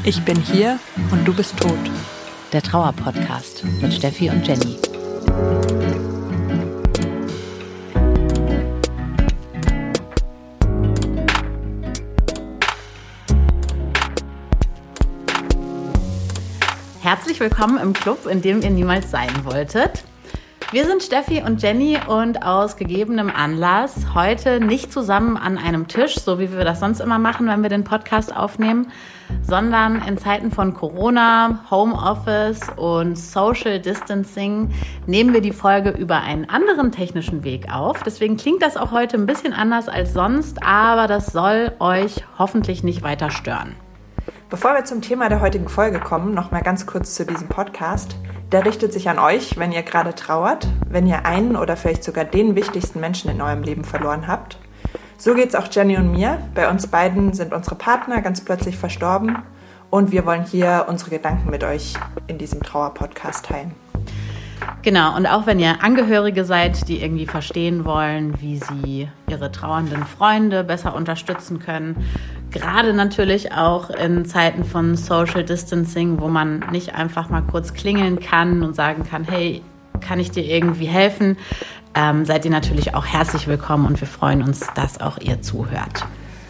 Ich bin hier und du bist tot. Der Trauer-Podcast mit Steffi und Jenny. Herzlich willkommen im Club, in dem ihr niemals sein wolltet. Wir sind Steffi und Jenny und aus gegebenem Anlass heute nicht zusammen an einem Tisch, so wie wir das sonst immer machen, wenn wir den Podcast aufnehmen, sondern in Zeiten von Corona, Homeoffice und Social Distancing nehmen wir die Folge über einen anderen technischen Weg auf. Deswegen klingt das auch heute ein bisschen anders als sonst, aber das soll euch hoffentlich nicht weiter stören. Bevor wir zum Thema der heutigen Folge kommen, noch mal ganz kurz zu diesem Podcast. Der richtet sich an euch, wenn ihr gerade trauert, wenn ihr einen oder vielleicht sogar den wichtigsten Menschen in eurem Leben verloren habt. So geht's auch Jenny und mir. Bei uns beiden sind unsere Partner ganz plötzlich verstorben und wir wollen hier unsere Gedanken mit euch in diesem Trauer-Podcast teilen. Genau, und auch wenn ihr Angehörige seid, die irgendwie verstehen wollen, wie sie ihre trauernden Freunde besser unterstützen können, gerade natürlich auch in Zeiten von Social Distancing, wo man nicht einfach mal kurz klingeln kann und sagen kann, hey, kann ich dir irgendwie helfen, seid ihr natürlich auch herzlich willkommen und wir freuen uns, dass auch ihr zuhört.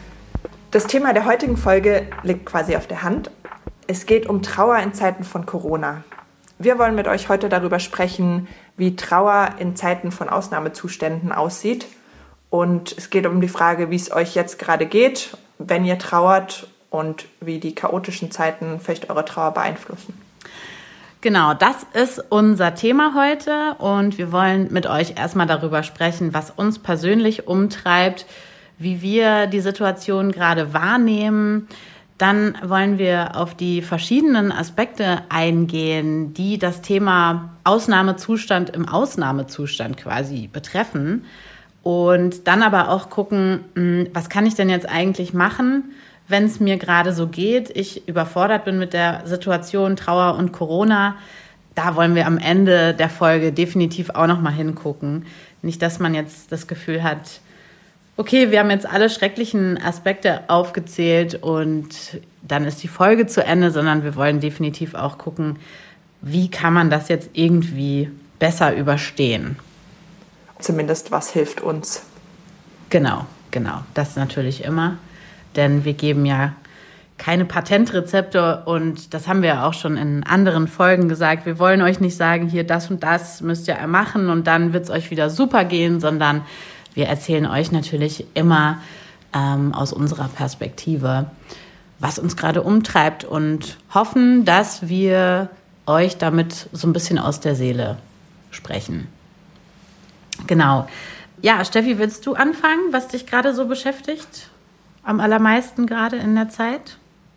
Das Thema der heutigen Folge liegt quasi auf der Hand. Es geht um Trauer in Zeiten von Corona. Wir wollen mit euch heute darüber sprechen, wie Trauer in Zeiten von Ausnahmezuständen aussieht. Und es geht um die Frage, wie es euch jetzt gerade geht, wenn ihr trauert und wie die chaotischen Zeiten vielleicht eure Trauer beeinflussen. Genau, das ist unser Thema heute und wir wollen mit euch erstmal darüber sprechen, was uns persönlich umtreibt, wie wir die Situation gerade wahrnehmen. Dann wollen wir auf die verschiedenen Aspekte eingehen, die das Thema Ausnahmezustand im Ausnahmezustand quasi betreffen. Und dann aber auch gucken, was kann ich denn jetzt eigentlich machen, wenn es mir gerade so geht, ich überfordert bin mit der Situation Trauer und Corona. Da wollen wir am Ende der Folge definitiv auch nochmal hingucken. Nicht, dass man jetzt das Gefühl hat, okay, wir haben jetzt alle schrecklichen Aspekte aufgezählt und dann ist die Folge zu Ende, sondern wir wollen definitiv auch gucken, wie kann man das jetzt irgendwie besser überstehen. Zumindest, was hilft uns. Genau. Das natürlich immer, denn wir geben ja keine Patentrezepte und das haben wir ja auch schon in anderen Folgen gesagt. Wir wollen euch nicht sagen, hier das und das müsst ihr machen und dann wird es euch wieder super gehen, sondern wir erzählen euch natürlich immer aus unserer Perspektive, was uns gerade umtreibt und hoffen, dass wir euch damit so ein bisschen aus der Seele sprechen. Genau. Ja, Steffi, willst du anfangen, was dich gerade so beschäftigt? Am allermeisten gerade in der Zeit?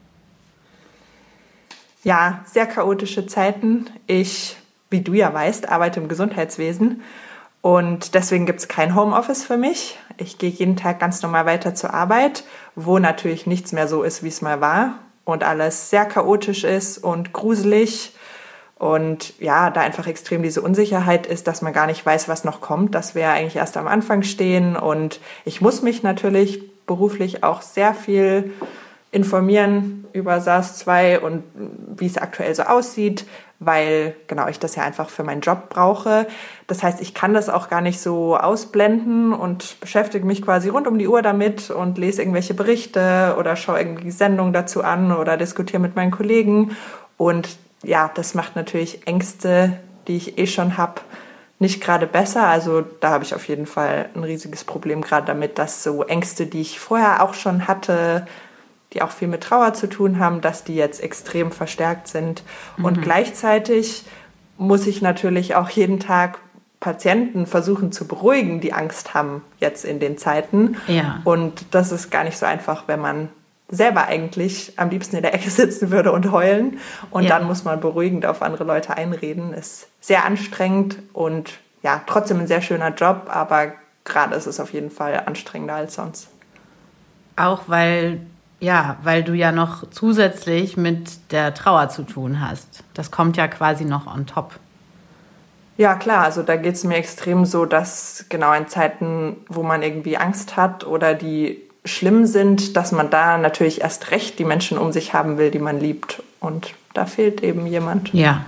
Ja, sehr chaotische Zeiten. Ich, wie du ja weißt, arbeite im Gesundheitswesen. Und deswegen gibt es kein Homeoffice für mich. Ich gehe jeden Tag ganz normal weiter zur Arbeit, wo natürlich nichts mehr so ist, wie es mal war. Und alles sehr chaotisch ist und gruselig. Und ja, da einfach extrem diese Unsicherheit ist, dass man gar nicht weiß, was noch kommt, dass wir ja eigentlich erst am Anfang stehen. Und ich muss mich natürlich beruflich auch sehr viel informieren über SARS-2 und wie es aktuell so aussieht, weil genau ich das ja einfach für meinen Job brauche. Das heißt, ich kann das auch gar nicht so ausblenden und beschäftige mich quasi rund um die Uhr damit und lese irgendwelche Berichte oder schaue irgendwie Sendungen dazu an oder diskutiere mit meinen Kollegen. Und ja, das macht natürlich Ängste, die ich eh schon habe, nicht gerade besser. Also da habe ich auf jeden Fall ein riesiges Problem gerade damit, dass so Ängste, die ich vorher auch schon hatte, die auch viel mit Trauer zu tun haben, dass die jetzt extrem verstärkt sind. Und gleichzeitig muss ich natürlich auch jeden Tag Patienten versuchen zu beruhigen, die Angst haben jetzt in den Zeiten. Ja. Und das ist gar nicht so einfach, wenn man selber eigentlich am liebsten in der Ecke sitzen würde und heulen. Und dann muss man beruhigend auf andere Leute einreden. Ist sehr anstrengend und ja, trotzdem ein sehr schöner Job, aber gerade ist es auf jeden Fall anstrengender als sonst. Auch weil du ja noch zusätzlich mit der Trauer zu tun hast. Das kommt ja quasi noch on top. Ja, klar, also da geht es mir extrem so, dass genau in Zeiten, wo man irgendwie Angst hat oder die schlimm sind, dass man da natürlich erst recht die Menschen um sich haben will, die man liebt. Und da fehlt eben jemand. Ja.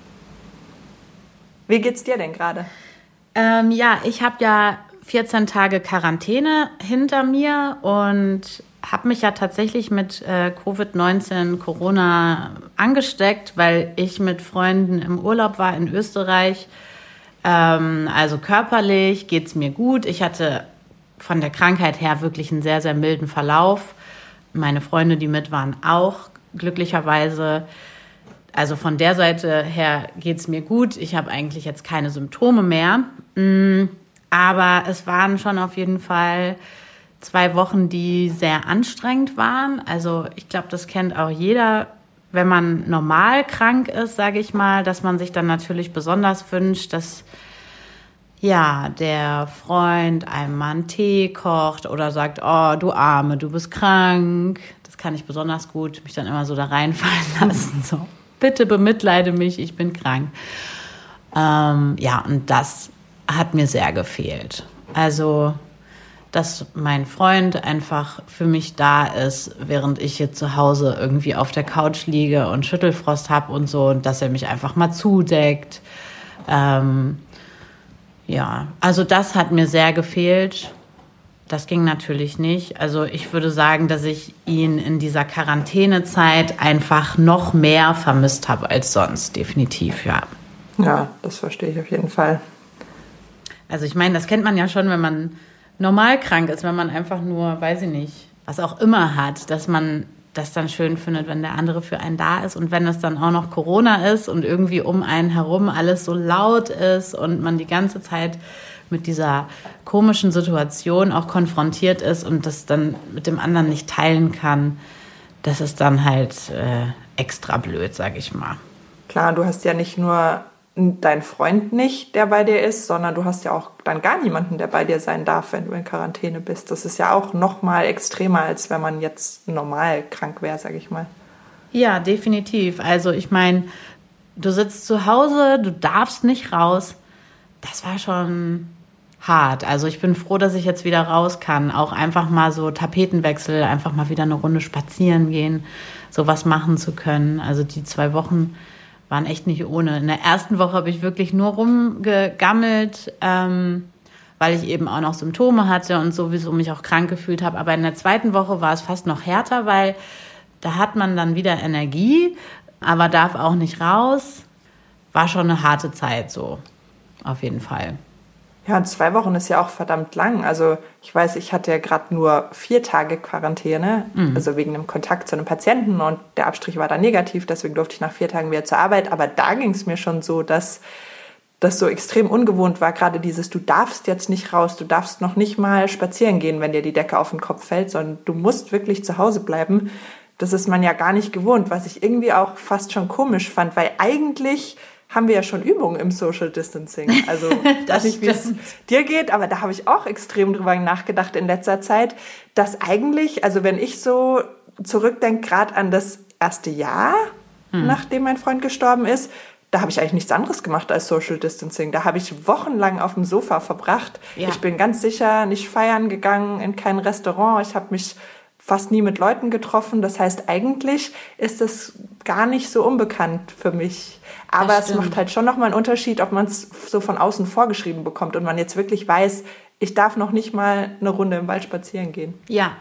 Wie geht's dir denn gerade? Ich habe ja 14 Tage Quarantäne hinter mir und habe mich ja tatsächlich mit Covid-19, Corona angesteckt, weil ich mit Freunden im Urlaub war in Österreich. Also körperlich geht's mir gut. Ich hatte von der Krankheit her wirklich einen sehr, sehr milden Verlauf. Meine Freunde, die mit waren, auch glücklicherweise. Also von der Seite her geht's mir gut. Ich habe eigentlich jetzt keine Symptome mehr. Aber es waren schon auf jeden Fall 2 Wochen, die sehr anstrengend waren. Also ich glaube, das kennt auch jeder, wenn man normal krank ist, sage ich mal, dass man sich dann natürlich besonders wünscht, dass ja der Freund einem mal einen Tee kocht oder sagt, oh, du Arme, du bist krank. Das kann ich besonders gut, mich dann immer so da reinfallen lassen, so. Bitte bemitleide mich, ich bin krank. Und das hat mir sehr gefehlt. Also, dass mein Freund einfach für mich da ist, während ich hier zu Hause irgendwie auf der Couch liege und Schüttelfrost habe und so, und dass er mich einfach mal zudeckt. Also das hat mir sehr gefehlt. Das ging natürlich nicht. Also ich würde sagen, dass ich ihn in dieser Quarantänezeit einfach noch mehr vermisst habe als sonst, definitiv, ja. Ja, das verstehe ich auf jeden Fall. Also ich meine, das kennt man ja schon, wenn man normal krank ist, wenn man einfach nur, weiß ich nicht, was auch immer hat, dass man das dann schön findet, wenn der andere für einen da ist. Und wenn es dann auch noch Corona ist und irgendwie um einen herum alles so laut ist und man die ganze Zeit mit dieser komischen Situation auch konfrontiert ist und das dann mit dem anderen nicht teilen kann, das ist dann halt extra blöd, sag ich mal. Klar, du hast ja nicht nur deinen Freund nicht, der bei dir ist, sondern du hast ja auch dann gar niemanden, der bei dir sein darf, wenn du in Quarantäne bist. Das ist ja auch noch mal extremer, als wenn man jetzt normal krank wäre, sag ich mal. Ja, definitiv. Also ich meine, du sitzt zu Hause, du darfst nicht raus. Das war schon hart. Also ich bin froh, dass ich jetzt wieder raus kann. Auch einfach mal so Tapetenwechsel, einfach mal wieder eine Runde spazieren gehen, sowas machen zu können. Also die 2 Wochen waren echt nicht ohne. In der ersten Woche habe ich wirklich nur rumgegammelt, weil ich eben auch noch Symptome hatte und sowieso mich auch krank gefühlt habe. Aber in der 2. Woche war es fast noch härter, weil da hat man dann wieder Energie, aber darf auch nicht raus. War schon eine harte Zeit so, auf jeden Fall. Ja, und 2 Wochen ist ja auch verdammt lang. Also ich weiß, ich hatte ja gerade nur 4 Tage Quarantäne, also wegen einem Kontakt zu einem Patienten und der Abstrich war dann negativ, deswegen durfte ich nach 4 Tagen wieder zur Arbeit. Aber da ging es mir schon so, dass das so extrem ungewohnt war, gerade dieses, du darfst jetzt nicht raus, du darfst noch nicht mal spazieren gehen, wenn dir die Decke auf den Kopf fällt, sondern du musst wirklich zu Hause bleiben. Das ist man ja gar nicht gewohnt, was ich irgendwie auch fast schon komisch fand, weil eigentlich haben wir ja schon Übungen im Social Distancing. Also ich weiß nicht, wie es dir geht, aber da habe ich auch extrem drüber nachgedacht in letzter Zeit, dass eigentlich, also wenn ich so zurückdenke, gerade an das erste Jahr, nachdem mein Freund gestorben ist, da habe ich eigentlich nichts anderes gemacht als Social Distancing. Da habe ich wochenlang auf dem Sofa verbracht. Ja. Ich bin ganz sicher nicht feiern gegangen, in kein Restaurant. Ich habe mich fast nie mit Leuten getroffen. Das heißt, eigentlich ist das gar nicht so unbekannt für mich. Aber es macht halt schon nochmal einen Unterschied, ob man es so von außen vorgeschrieben bekommt und man jetzt wirklich weiß, ich darf noch nicht mal eine Runde im Wald spazieren gehen. Ja.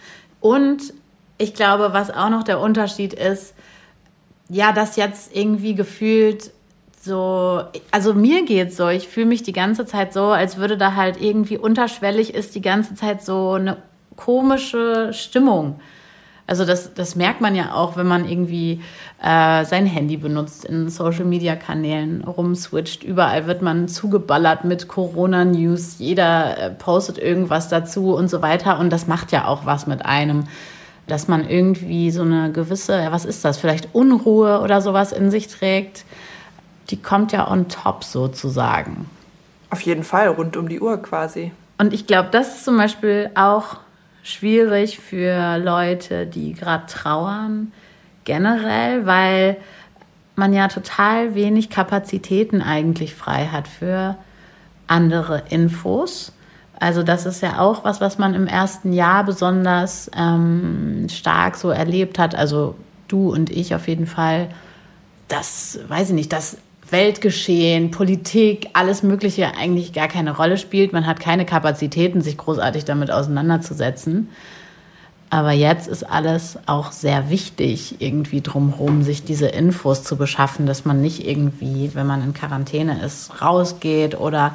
Und ich glaube, was auch noch der Unterschied ist, ja, dass jetzt irgendwie gefühlt so, also mir geht's so, ich fühle mich die ganze Zeit so, als würde da halt irgendwie unterschwellig ist die ganze Zeit so eine komische Stimmung. Also das merkt man ja auch, wenn man irgendwie sein Handy benutzt, in Social-Media-Kanälen rumswitcht. Überall wird man zugeballert mit Corona-News. Jeder postet irgendwas dazu und so weiter. Und das macht ja auch was mit einem, dass man irgendwie so eine gewisse, ja, was ist das, vielleicht Unruhe oder sowas in sich trägt. Die kommt ja on top sozusagen. Auf jeden Fall, rund um die Uhr quasi. Und ich glaube, das ist zum Beispiel auch schwierig für Leute, die gerade trauern, generell, weil man ja total wenig Kapazitäten eigentlich frei hat für andere Infos. Also das ist ja auch was man im ersten Jahr besonders stark so erlebt hat. Also du und ich auf jeden Fall. Das, weiß ich nicht, das Weltgeschehen, Politik, alles Mögliche eigentlich gar keine Rolle spielt. Man hat keine Kapazitäten, sich großartig damit auseinanderzusetzen. Aber jetzt ist alles auch sehr wichtig, irgendwie drumherum, sich diese Infos zu beschaffen, dass man nicht irgendwie, wenn man in Quarantäne ist, rausgeht oder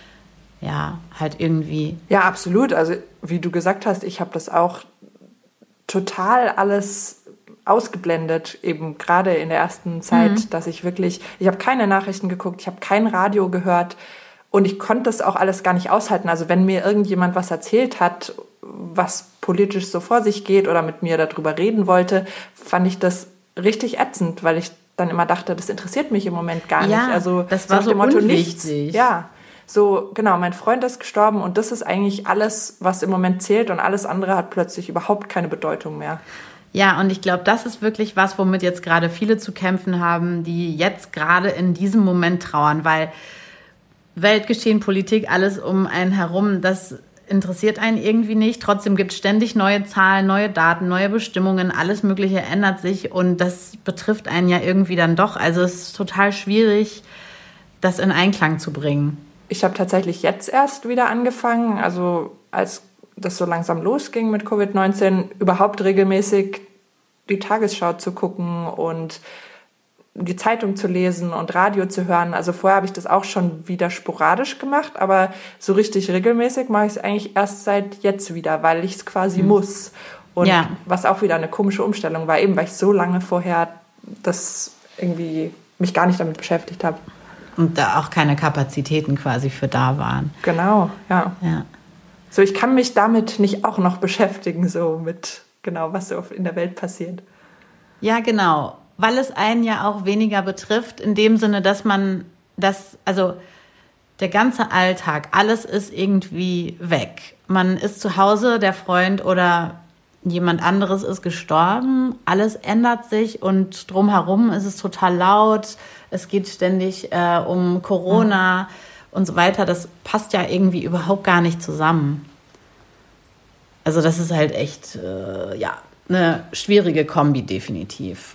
ja, halt irgendwie. Ja, absolut. Also wie du gesagt hast, ich habe das auch total alles ausgeblendet, eben gerade in der ersten Zeit, dass ich habe keine Nachrichten geguckt, ich habe kein Radio gehört und ich konnte das auch alles gar nicht aushalten. Also wenn mir irgendjemand was erzählt hat, was politisch so vor sich geht oder mit mir darüber reden wollte, fand ich das richtig ätzend, weil ich dann immer dachte, das interessiert mich im Moment gar nicht. Also das war so unwichtig. Ja, so genau, mein Freund ist gestorben und das ist eigentlich alles, was im Moment zählt und alles andere hat plötzlich überhaupt keine Bedeutung mehr. Ja, und ich glaube, das ist wirklich was, womit jetzt gerade viele zu kämpfen haben, die jetzt gerade in diesem Moment trauern, weil Weltgeschehen, Politik, alles um einen herum, das interessiert einen irgendwie nicht. Trotzdem gibt es ständig neue Zahlen, neue Daten, neue Bestimmungen, alles Mögliche ändert sich und das betrifft einen ja irgendwie dann doch. Also es ist total schwierig, das in Einklang zu bringen. Ich habe tatsächlich jetzt erst wieder angefangen, also als das so langsam losging mit Covid-19, überhaupt regelmäßig die Tagesschau zu gucken und die Zeitung zu lesen und Radio zu hören. Also vorher habe ich das auch schon wieder sporadisch gemacht, aber so richtig regelmäßig mache ich es eigentlich erst seit jetzt wieder, weil ich es quasi muss. Und was auch wieder eine komische Umstellung war, eben weil ich so lange vorher das irgendwie mich gar nicht damit beschäftigt habe. Und da auch keine Kapazitäten quasi für da waren. Genau, ja. So, ich kann mich damit nicht auch noch beschäftigen, so mit genau, was so in der Welt passiert. Ja, genau. Weil es einen ja auch weniger betrifft, in dem Sinne, dass also der ganze Alltag, alles ist irgendwie weg. Man ist zu Hause, der Freund oder jemand anderes ist gestorben, alles ändert sich und drumherum ist es total laut, es geht ständig um Corona und so weiter. Das passt ja irgendwie überhaupt gar nicht zusammen. Also das ist halt echt, eine schwierige Kombi definitiv.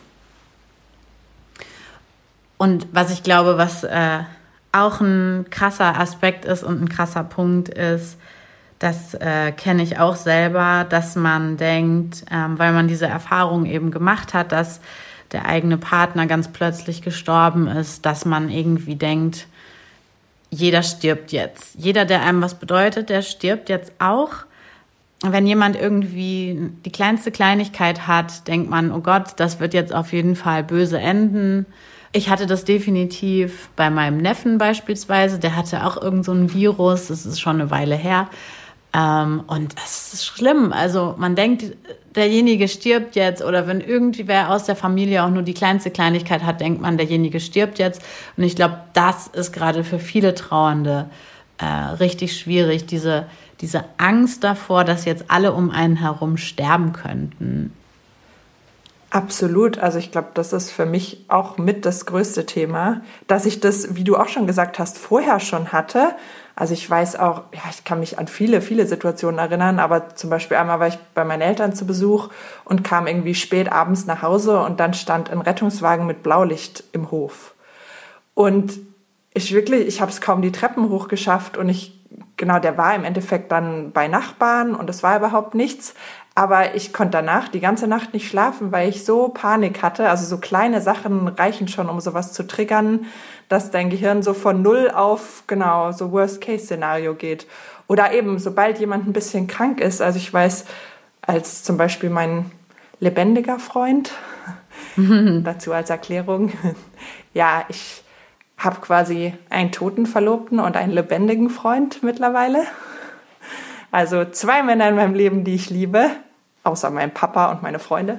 Und was ich glaube, was auch ein krasser Aspekt ist und ein krasser Punkt ist, das kenne ich auch selber, dass man denkt, weil man diese Erfahrung eben gemacht hat, dass der eigene Partner ganz plötzlich gestorben ist, dass man irgendwie denkt, jeder stirbt jetzt. Jeder, der einem was bedeutet, der stirbt jetzt auch. Wenn jemand irgendwie die kleinste Kleinigkeit hat, denkt man, oh Gott, das wird jetzt auf jeden Fall böse enden. Ich hatte das definitiv bei meinem Neffen beispielsweise. Der hatte auch irgend so ein Virus. Das ist schon eine Weile her. Und das ist schlimm. Also man denkt, derjenige stirbt jetzt. Oder wenn irgendwer aus der Familie auch nur die kleinste Kleinigkeit hat, denkt man, derjenige stirbt jetzt. Und ich glaube, das ist gerade für viele Trauernde richtig schwierig. Diese Angst davor, dass jetzt alle um einen herum sterben könnten. Absolut. Also ich glaube, das ist für mich auch mit das größte Thema, dass ich das, wie du auch schon gesagt hast, vorher schon hatte. Also ich weiß auch, ja, ich kann mich an viele, viele Situationen erinnern, aber zum Beispiel einmal war ich bei meinen Eltern zu Besuch und kam irgendwie spät abends nach Hause und dann stand ein Rettungswagen mit Blaulicht im Hof. Und ich habe es kaum die Treppen hochgeschafft und der war im Endeffekt dann bei Nachbarn und es war überhaupt nichts. Aber ich konnte danach die ganze Nacht nicht schlafen, weil ich so Panik hatte. Also so kleine Sachen reichen schon, um sowas zu triggern, dass dein Gehirn so von 0 auf, so Worst-Case-Szenario geht. Oder eben, sobald jemand ein bisschen krank ist. Also ich weiß, als zum Beispiel mein lebendiger Freund, dazu als Erklärung, ja, ich habe quasi einen toten Verlobten und einen lebendigen Freund mittlerweile. Also 2 Männer in meinem Leben, die ich liebe, außer meinem Papa und meine Freunde.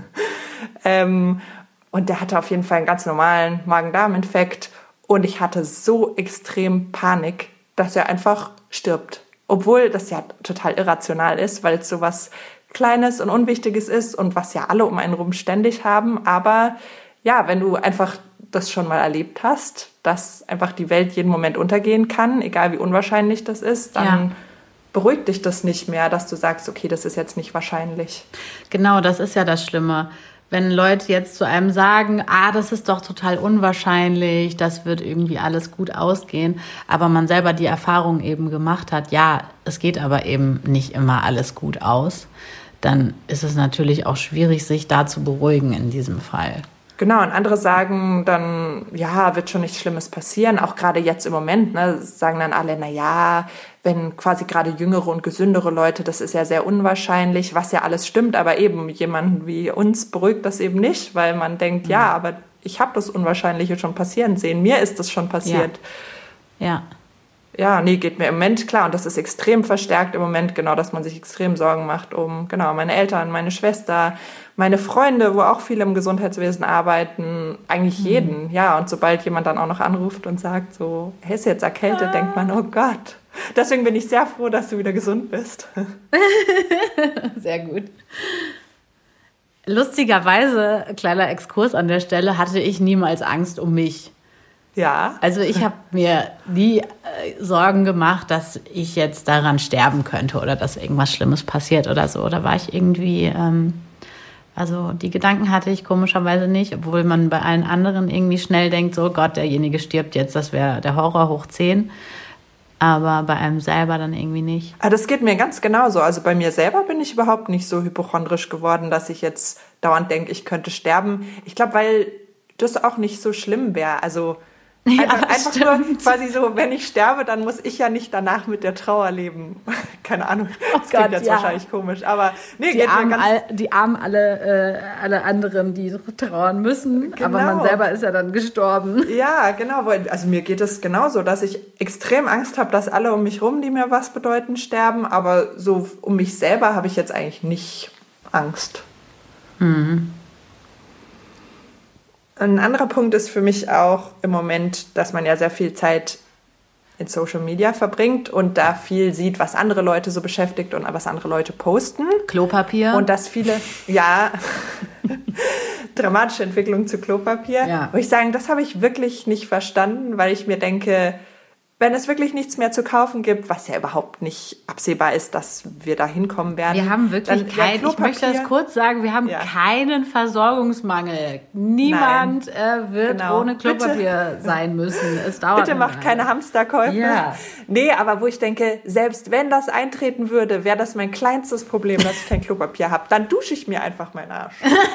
Und der hatte auf jeden Fall einen ganz normalen Magen-Darm-Infekt. Und ich hatte so extrem Panik, dass er einfach stirbt. Obwohl das ja total irrational ist, weil es so was Kleines und Unwichtiges ist und was ja alle um einen rum ständig haben. Aber ja, wenn du einfach das schon mal erlebt hast, dass einfach die Welt jeden Moment untergehen kann, egal wie unwahrscheinlich das ist, dann beruhigt dich das nicht mehr, dass du sagst, okay, das ist jetzt nicht wahrscheinlich. Genau, das ist ja das Schlimme. Wenn Leute jetzt zu einem sagen, das ist doch total unwahrscheinlich, das wird irgendwie alles gut ausgehen, aber man selber die Erfahrung eben gemacht hat, ja, es geht aber eben nicht immer alles gut aus, dann ist es natürlich auch schwierig, sich da zu beruhigen in diesem Fall. Genau, und andere sagen dann, ja, wird schon nichts Schlimmes passieren, auch gerade jetzt im Moment, ne, sagen dann alle, na ja, wenn quasi gerade jüngere und gesündere Leute, das ist ja sehr unwahrscheinlich, was ja alles stimmt, aber eben jemanden wie uns beruhigt das eben nicht, weil man denkt, ja, aber ich habe das Unwahrscheinliche schon passieren sehen, mir ist das schon passiert. Ja. Ja, nee, geht mir im Moment klar und das ist extrem verstärkt im Moment, genau, dass man sich extrem Sorgen macht um, genau, meine Eltern, meine Schwester, meine Freunde, wo auch viele im Gesundheitswesen arbeiten, eigentlich jeden, ja, und sobald jemand dann auch noch anruft und sagt so, hey, ist jetzt erkältet, denkt man, oh Gott. Deswegen bin ich sehr froh, dass du wieder gesund bist. Sehr gut. Lustigerweise, kleiner Exkurs an der Stelle, hatte ich niemals Angst um mich. Ja. Also ich habe mir nie Sorgen gemacht, dass ich jetzt daran sterben könnte oder dass irgendwas Schlimmes passiert oder so. Da war ich irgendwie, also die Gedanken hatte ich komischerweise nicht, obwohl man bei allen anderen irgendwie schnell denkt, so Gott, derjenige stirbt jetzt, das wäre der Horror hoch 10. Aber bei einem selber dann irgendwie nicht. Das geht mir ganz genauso. Also bei mir selber bin ich überhaupt nicht so hypochondrisch geworden, dass ich jetzt dauernd denke, ich könnte sterben. Ich glaube, weil das auch nicht so schlimm wäre. Also einfach nur quasi so, wenn ich sterbe, dann muss ich ja nicht danach mit der Trauer leben. Keine Ahnung, das klingt jetzt wahrscheinlich komisch, aber nee, die armen alle anderen, die trauern müssen, genau. Aber man selber ist ja dann gestorben. Ja, genau, also mir geht es genauso, dass ich extrem Angst habe, dass alle um mich rum, die mir was bedeuten, sterben, aber so um mich selber habe ich jetzt eigentlich nicht Angst. Mhm. Ein anderer Punkt ist für mich auch im Moment, dass man ja sehr viel Zeit in Social Media verbringt und da viel sieht, was andere Leute so beschäftigt und was andere Leute posten. Klopapier. Und dass viele, ja, dramatische Entwicklung zu Klopapier. Ja. Wo ich sagen, das habe ich wirklich nicht verstanden, weil ich mir denke, wenn es wirklich nichts mehr zu kaufen gibt, was ja überhaupt nicht absehbar ist, dass wir da hinkommen werden. Wir haben wirklich keinen, ich möchte das kurz sagen, wir haben keinen Versorgungsmangel. Niemand wird ohne Klopapier sein müssen. Es dauert. Bitte macht keine Hamsterkäufe. Ja. Nee, aber wo ich denke, selbst wenn das eintreten würde, wäre das mein kleinstes Problem, dass ich kein Klopapier habe. Dann dusche ich mir einfach meinen Arsch.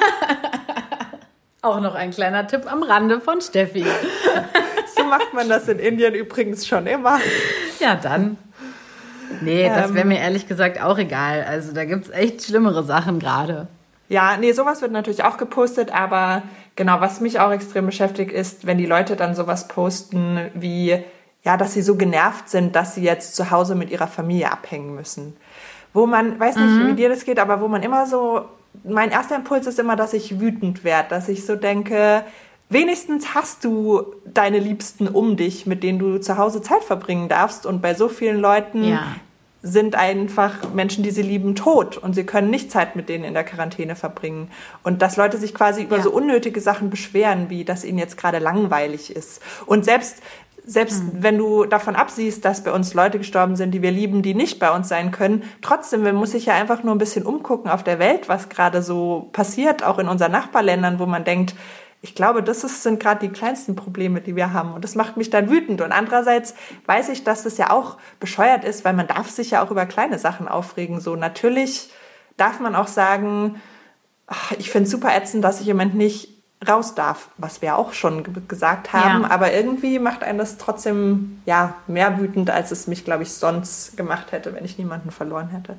Auch noch ein kleiner Tipp am Rande von Steffi. So macht man das in Indien übrigens schon immer. Ja, dann. Nee, das wäre mir ehrlich gesagt auch egal. Also da gibt es echt schlimmere Sachen gerade. Ja, nee, sowas wird natürlich auch gepostet, aber genau, was mich auch extrem beschäftigt ist, wenn die Leute dann sowas posten wie, ja, dass sie so genervt sind, dass sie jetzt zu Hause mit ihrer Familie abhängen müssen. Wo man, weiß nicht, wie dir das geht, aber wo man immer so, mein erster Impuls ist immer, dass ich wütend werde, dass ich so denke, wenigstens hast du deine Liebsten um dich, mit denen du zu Hause Zeit verbringen darfst. Und bei so vielen Leuten sind einfach Menschen, die sie lieben, tot. Und sie können nicht Zeit mit denen in der Quarantäne verbringen. Und dass Leute sich quasi über so unnötige Sachen beschweren, wie dass ihnen jetzt gerade langweilig ist. Und selbst wenn du davon absiehst, dass bei uns Leute gestorben sind, die wir lieben, die nicht bei uns sein können, trotzdem, man muss sich ja einfach nur ein bisschen umgucken auf der Welt, was gerade so passiert, auch in unseren Nachbarländern, wo man denkt, ich glaube, sind gerade die kleinsten Probleme, die wir haben. Und das macht mich dann wütend. Und andererseits weiß ich, dass das ja auch bescheuert ist, weil man darf sich ja auch über kleine Sachen aufregen. So natürlich darf man auch sagen, ich finde es super ätzend, dass ich im Moment nicht raus darf, was wir auch schon gesagt haben. Ja. Aber irgendwie macht einen das trotzdem mehr wütend, als es mich, glaube ich, sonst gemacht hätte, wenn ich niemanden verloren hätte.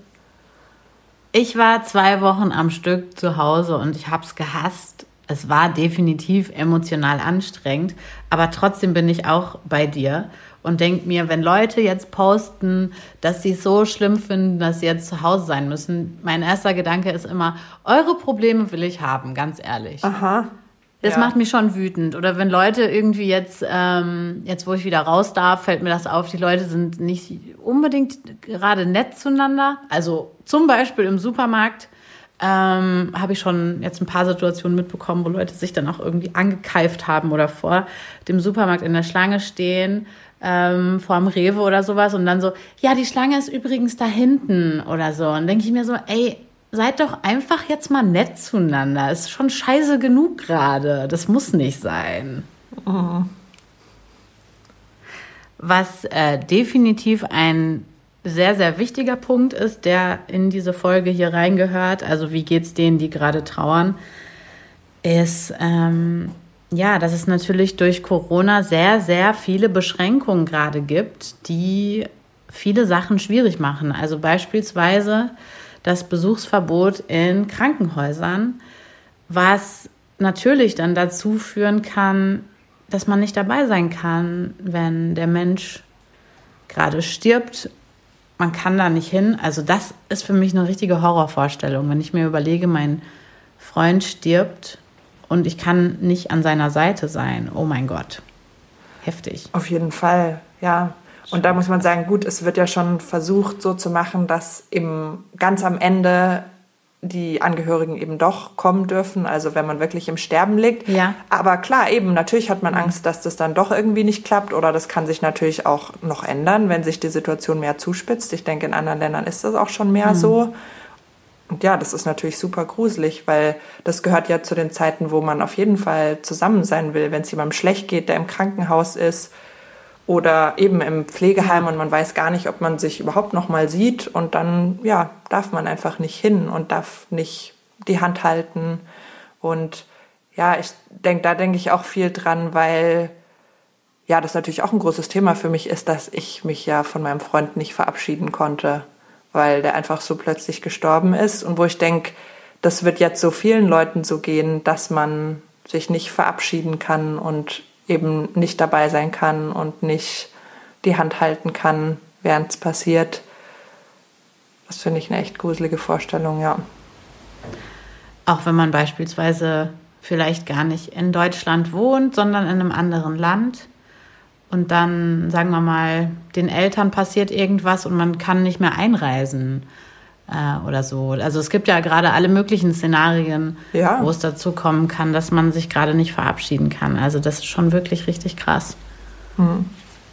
Ich war 2 Wochen am Stück zu Hause und ich habe es gehasst. Es war definitiv emotional anstrengend, aber trotzdem bin ich auch bei dir und denke mir, wenn Leute jetzt posten, dass sie es so schlimm finden, dass sie jetzt zu Hause sein müssen, mein erster Gedanke ist immer, eure Probleme will ich haben, ganz ehrlich. Aha. Das macht mich schon wütend. Oder wenn Leute irgendwie jetzt wo ich wieder raus darf, fällt mir das auf, die Leute sind nicht unbedingt gerade nett zueinander. Also zum Beispiel im Supermarkt habe ich schon jetzt ein paar Situationen mitbekommen, wo Leute sich dann auch irgendwie angekeift haben oder vor dem Supermarkt in der Schlange stehen. vorm Rewe oder sowas und dann so, ja, die Schlange ist übrigens da hinten oder so. Und denke ich mir so, ey, seid doch einfach jetzt mal nett zueinander. Ist schon scheiße genug gerade. Das muss nicht sein. Mhm. Was definitiv ein sehr, sehr wichtiger Punkt ist, der in diese Folge hier reingehört, also wie geht's denen, die gerade trauern, ist, dass es natürlich durch Corona sehr, sehr viele Beschränkungen gerade gibt, die viele Sachen schwierig machen. Also beispielsweise das Besuchsverbot in Krankenhäusern, was natürlich dann dazu führen kann, dass man nicht dabei sein kann, wenn der Mensch gerade stirbt. Man kann da nicht hin. Also das ist für mich eine richtige Horrorvorstellung, wenn ich mir überlege, mein Freund stirbt und ich kann nicht an seiner Seite sein. Oh mein Gott, heftig. Auf jeden Fall, ja. Und da muss man sagen, gut, es wird ja schon versucht, so zu machen, dass ganz am Ende die Angehörigen eben doch kommen dürfen, also wenn man wirklich im Sterben liegt. Ja. Aber klar, eben, natürlich hat man Angst, dass das dann doch irgendwie nicht klappt oder das kann sich natürlich auch noch ändern, wenn sich die Situation mehr zuspitzt. Ich denke, in anderen Ländern ist das auch schon mehr so. Und ja, das ist natürlich super gruselig, weil das gehört ja zu den Zeiten, wo man auf jeden Fall zusammen sein will, wenn es jemandem schlecht geht, der im Krankenhaus ist oder eben im Pflegeheim und man weiß gar nicht, ob man sich überhaupt noch mal sieht und dann, ja, darf man einfach nicht hin und darf nicht die Hand halten und ja, da denke ich auch viel dran, weil ja, das natürlich auch ein großes Thema für mich ist, dass ich mich ja von meinem Freund nicht verabschieden konnte, weil der einfach so plötzlich gestorben ist und wo ich denke, das wird jetzt so vielen Leuten so gehen, dass man sich nicht verabschieden kann und eben nicht dabei sein kann und nicht die Hand halten kann, während es passiert. Das finde ich eine echt gruselige Vorstellung, ja. Auch wenn man beispielsweise vielleicht gar nicht in Deutschland wohnt, sondern in einem anderen Land und dann, sagen wir mal, den Eltern passiert irgendwas und man kann nicht mehr einreisen oder so. Also es gibt ja gerade alle möglichen Szenarien, wo es dazu kommen kann, dass man sich gerade nicht verabschieden kann. Also das ist schon wirklich richtig krass. Mhm.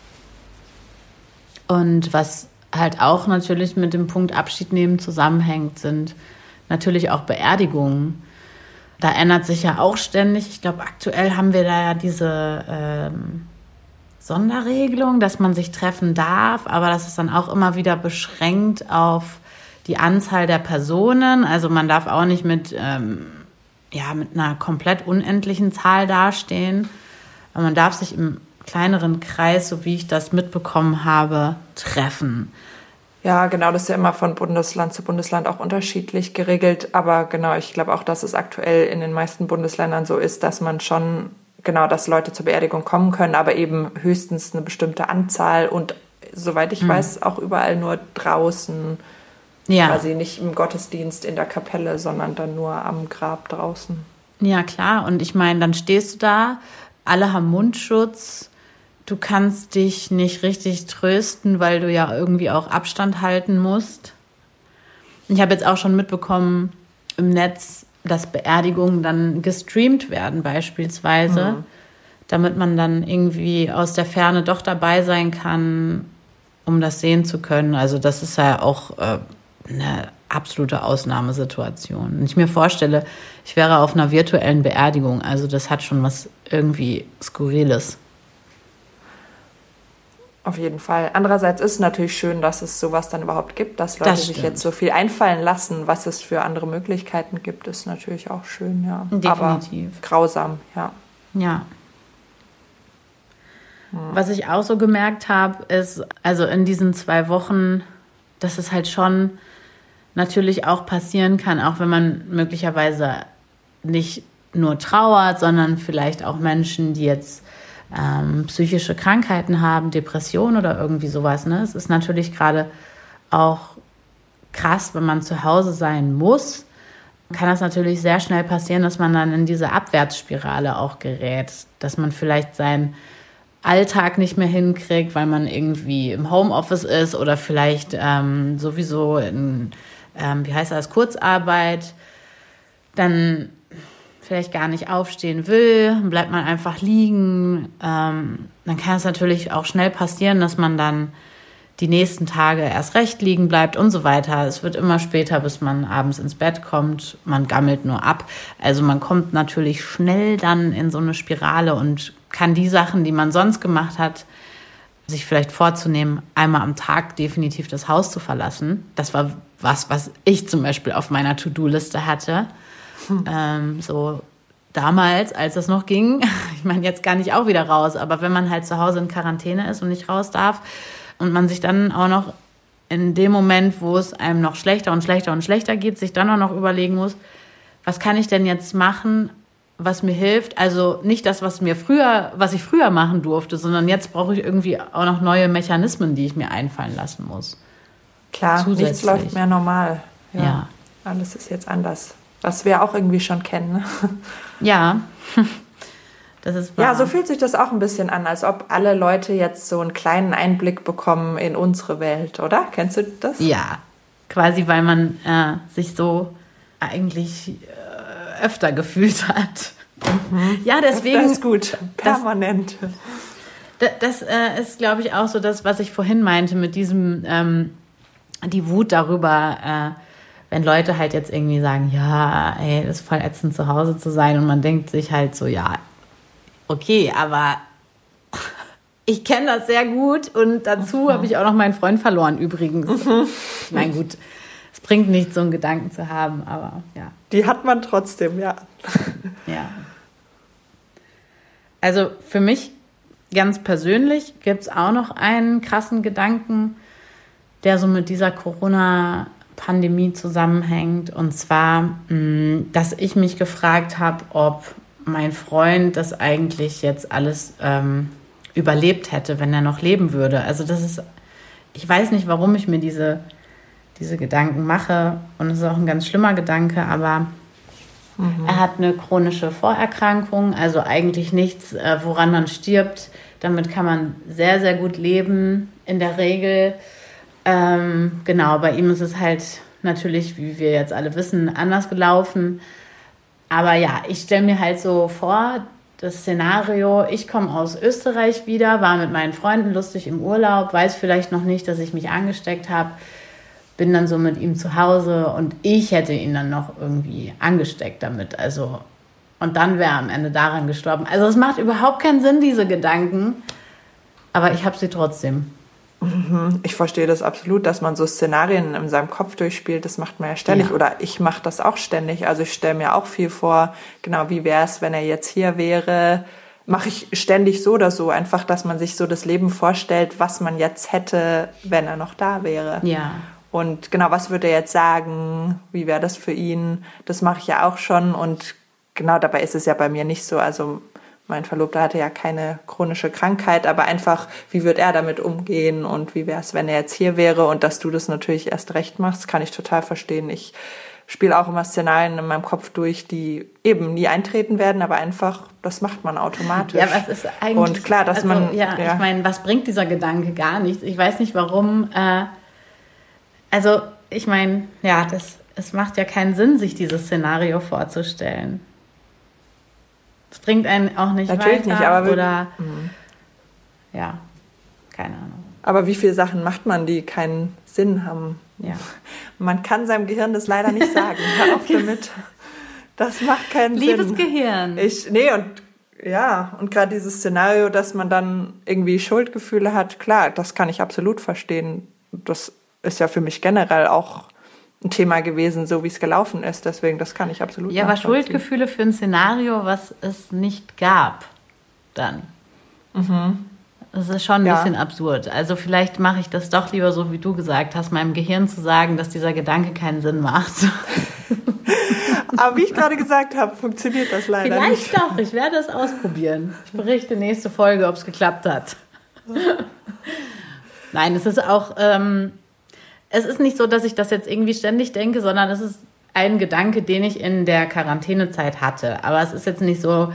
Und was halt auch natürlich mit dem Punkt Abschied nehmen zusammenhängt, sind natürlich auch Beerdigungen. Da ändert sich ja auch ständig. Ich glaube, aktuell haben wir da ja diese Sonderregelung, dass man sich treffen darf, aber das ist dann auch immer wieder beschränkt auf die Anzahl der Personen. Also man darf auch nicht mit einer komplett unendlichen Zahl dastehen. Aber man darf sich im kleineren Kreis, so wie ich das mitbekommen habe, treffen. Ja, genau, das ist ja immer von Bundesland zu Bundesland auch unterschiedlich geregelt. Aber genau, ich glaube auch, dass es aktuell in den meisten Bundesländern so ist, dass man schon, genau, dass Leute zur Beerdigung kommen können, aber eben höchstens eine bestimmte Anzahl und soweit ich weiß, auch überall nur draußen. Ja. Quasi nicht im Gottesdienst in der Kapelle, sondern dann nur am Grab draußen. Ja, klar. Und ich meine, dann stehst du da, alle haben Mundschutz. Du kannst dich nicht richtig trösten, weil du ja irgendwie auch Abstand halten musst. Ich habe jetzt auch schon mitbekommen im Netz, dass Beerdigungen dann gestreamt werden beispielsweise, damit man dann irgendwie aus der Ferne doch dabei sein kann, um das sehen zu können. Also das ist ja auch eine absolute Ausnahmesituation. Wenn ich mir vorstelle, ich wäre auf einer virtuellen Beerdigung, also das hat schon was irgendwie Skurriles. Auf jeden Fall. Andererseits ist es natürlich schön, dass es sowas dann überhaupt gibt, dass Leute sich jetzt so viel einfallen lassen, was es für andere Möglichkeiten gibt, ist natürlich auch schön, ja. Definitiv. Aber grausam, ja. Ja. Was ich auch so gemerkt habe, ist, also in diesen 2 Wochen, dass es halt schon natürlich auch passieren kann, auch wenn man möglicherweise nicht nur trauert, sondern vielleicht auch Menschen, die jetzt psychische Krankheiten haben, Depressionen oder irgendwie sowas. Ne? Es ist natürlich gerade auch krass, wenn man zu Hause sein muss, kann das natürlich sehr schnell passieren, dass man dann in diese Abwärtsspirale auch gerät, dass man vielleicht seinen Alltag nicht mehr hinkriegt, weil man irgendwie im Homeoffice ist oder vielleicht sowieso in Kurzarbeit, dann vielleicht gar nicht aufstehen will, bleibt man einfach liegen. Dann kann es natürlich auch schnell passieren, dass man dann die nächsten Tage erst recht liegen bleibt und so weiter. Es wird immer später, bis man abends ins Bett kommt. Man gammelt nur ab. Also man kommt natürlich schnell dann in so eine Spirale und kann die Sachen, die man sonst gemacht hat, sich vielleicht vorzunehmen, einmal am Tag definitiv das Haus zu verlassen. Das war was ich zum Beispiel auf meiner To-Do-Liste hatte. So damals, als das noch ging. Ich meine, jetzt kann ich auch wieder raus. Aber wenn man halt zu Hause in Quarantäne ist und nicht raus darf und man sich dann auch noch in dem Moment, wo es einem noch schlechter und schlechter und schlechter geht, sich dann auch noch überlegen muss, was kann ich denn jetzt machen, was mir hilft? Also nicht das, was ich früher machen durfte, sondern jetzt brauche ich irgendwie auch noch neue Mechanismen, die ich mir einfallen lassen muss. Klar, nichts läuft mehr normal. Ja. Alles ist jetzt anders. Was wir auch irgendwie schon kennen. Ne? Ja, das ist wahr. Ja, so fühlt sich das auch ein bisschen an, als ob alle Leute jetzt so einen kleinen Einblick bekommen in unsere Welt, oder? Kennst du das? Ja, quasi, weil man sich so eigentlich öfter gefühlt hat. Ja, deswegen. Das ist gut, permanent. Das ist, glaube ich, auch so das, was ich vorhin meinte mit diesem, die Wut darüber, wenn Leute halt jetzt irgendwie sagen, ja, ey, das ist voll ätzend, zu Hause zu sein. Und man denkt sich halt so, ja, okay, aber ich kenne das sehr gut. Und dazu habe ich auch noch meinen Freund verloren übrigens. Ich meine, gut, es bringt nichts, so einen Gedanken zu haben, aber ja. Die hat man trotzdem, ja. Ja. Also für mich ganz persönlich gibt es auch noch einen krassen Gedanken, der so mit dieser Corona-Pandemie zusammenhängt. Und zwar, dass ich mich gefragt habe, ob mein Freund das eigentlich jetzt alles überlebt hätte, wenn er noch leben würde. Also das ist, ich weiß nicht, warum ich mir diese Gedanken mache. Und es ist auch ein ganz schlimmer Gedanke, aber er hat eine chronische Vorerkrankung, also eigentlich nichts, woran man stirbt. Damit kann man sehr, sehr gut leben, in der Regel. Genau, bei ihm ist es halt natürlich, wie wir jetzt alle wissen, anders gelaufen. Aber ja, ich stelle mir halt so vor, das Szenario, ich komme aus Österreich wieder, war mit meinen Freunden lustig im Urlaub, weiß vielleicht noch nicht, dass ich mich angesteckt habe, bin dann so mit ihm zu Hause und ich hätte ihn dann noch irgendwie angesteckt damit. Also, und dann wäre er am Ende daran gestorben. Also es macht überhaupt keinen Sinn, diese Gedanken, aber ich habe sie trotzdem. Ich verstehe das absolut, dass man so Szenarien in seinem Kopf durchspielt, das macht man ja ständig. Ja. Oder ich mache das auch ständig. Also ich stelle mir auch viel vor, genau, wie wäre es, wenn er jetzt hier wäre. Mache ich ständig so oder so. Einfach, dass man sich so das Leben vorstellt, was man jetzt hätte, wenn er noch da wäre. Ja. Und genau, was würde er jetzt sagen? Wie wäre das für ihn? Das mache ich ja auch schon. Und genau dabei ist es ja bei mir nicht so. Also mein Verlobter hatte ja keine chronische Krankheit, aber einfach, wie wird er damit umgehen und wie wäre es, wenn er jetzt hier wäre? Und dass du das natürlich erst recht machst, kann ich total verstehen. Ich spiele auch immer Szenarien in meinem Kopf durch, die eben nie eintreten werden, aber einfach, das macht man automatisch. Ja, was ist eigentlich... Und klar, dass man... Ja, ich meine, was bringt dieser Gedanke? Gar nichts. Ich weiß nicht, warum... Also, ich meine, ja, es macht ja keinen Sinn, sich dieses Szenario vorzustellen. Es bringt einen auch nicht natürlich weiter. Nicht, aber oder, ja, keine Ahnung. Aber wie viele Sachen macht man, die keinen Sinn haben? Ja. Man kann seinem Gehirn das leider nicht sagen. Hör auf damit. Das macht keinen Sinn. Liebes Gehirn. Und gerade dieses Szenario, dass man dann irgendwie Schuldgefühle hat, klar, das kann ich absolut verstehen. Das ist ja für mich generell auch ein Thema gewesen, so wie es gelaufen ist. Deswegen, das kann ich absolut Ja, aber Schuldgefühle für ein Szenario, was es nicht gab, dann. Das ist schon ein bisschen absurd. Also vielleicht mache ich das doch lieber so, wie du gesagt hast, meinem Gehirn zu sagen, dass dieser Gedanke keinen Sinn macht. Aber wie ich gerade gesagt habe, funktioniert das leider nicht. Vielleicht doch, ich werde es ausprobieren. Ich berichte nächste Folge, ob es geklappt hat. Nein, es ist auch... Es ist nicht so, dass ich das jetzt irgendwie ständig denke, sondern es ist ein Gedanke, den ich in der Quarantänezeit hatte. Aber es ist jetzt nicht so,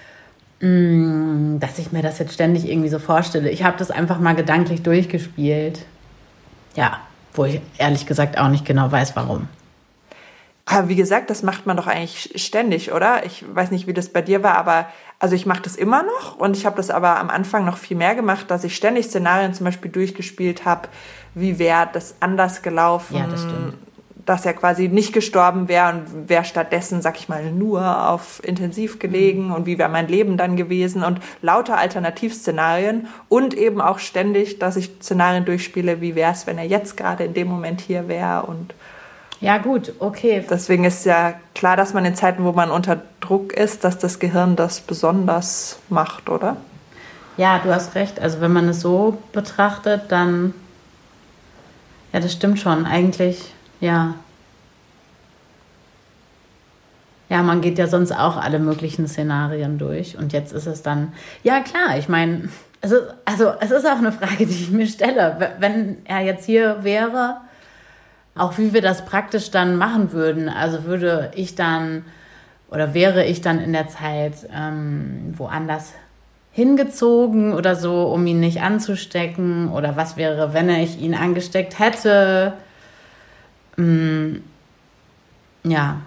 dass ich mir das jetzt ständig irgendwie so vorstelle. Ich habe das einfach mal gedanklich durchgespielt. Ja, wo ich ehrlich gesagt auch nicht genau weiß, warum. Aber wie gesagt, das macht man doch eigentlich ständig, oder? Ich weiß nicht, wie das bei dir war, aber also ich mache das immer noch und ich habe das aber am Anfang noch viel mehr gemacht, dass ich ständig Szenarien zum Beispiel durchgespielt habe, wie wäre das anders gelaufen, Ja, das stimmt. dass er quasi nicht gestorben wäre und wäre stattdessen, sag ich mal, nur auf Intensiv gelegen und wie wäre mein Leben dann gewesen und lauter Alternativszenarien und eben auch ständig, dass ich Szenarien durchspiele, wie wäre es, wenn er jetzt gerade in dem Moment hier wäre und Ja, gut, okay. deswegen ist ja klar, dass man in Zeiten, wo man unter Druck ist, dass das Gehirn das besonders macht, oder? Ja, du hast recht. Also wenn man es so betrachtet, dann, ja, das stimmt schon. Eigentlich, ja. Ja, man geht ja sonst auch alle möglichen Szenarien durch. Und jetzt ist es dann, ja klar, ich meine, also es ist auch eine Frage, die ich mir stelle. Wenn er jetzt hier wäre, auch wie wir das praktisch dann machen würden. Also würde ich dann oder wäre ich dann in der Zeit woanders hingezogen oder so, um ihn nicht anzustecken? Oder was wäre, wenn ich ihn angesteckt hätte? Ja.